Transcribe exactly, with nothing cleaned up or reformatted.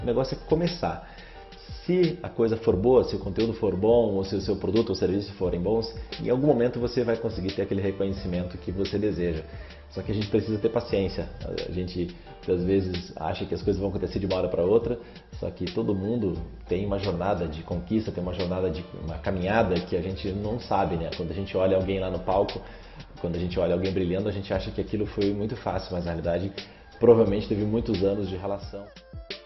O negócio é começar. Se a coisa for boa, se o conteúdo for bom, ou se o seu produto ou serviço forem bons, em algum momento você vai conseguir ter aquele reconhecimento que você deseja. Só que a gente precisa ter paciência. A gente, às vezes, acha que as coisas vão acontecer de uma hora para outra, só que todo mundo tem uma jornada de conquista, tem uma jornada de uma caminhada que a gente não sabe, né? Quando a gente olha alguém lá no palco, quando a gente olha alguém brilhando, a gente acha que aquilo foi muito fácil, mas na realidade, provavelmente teve muitos anos de relação.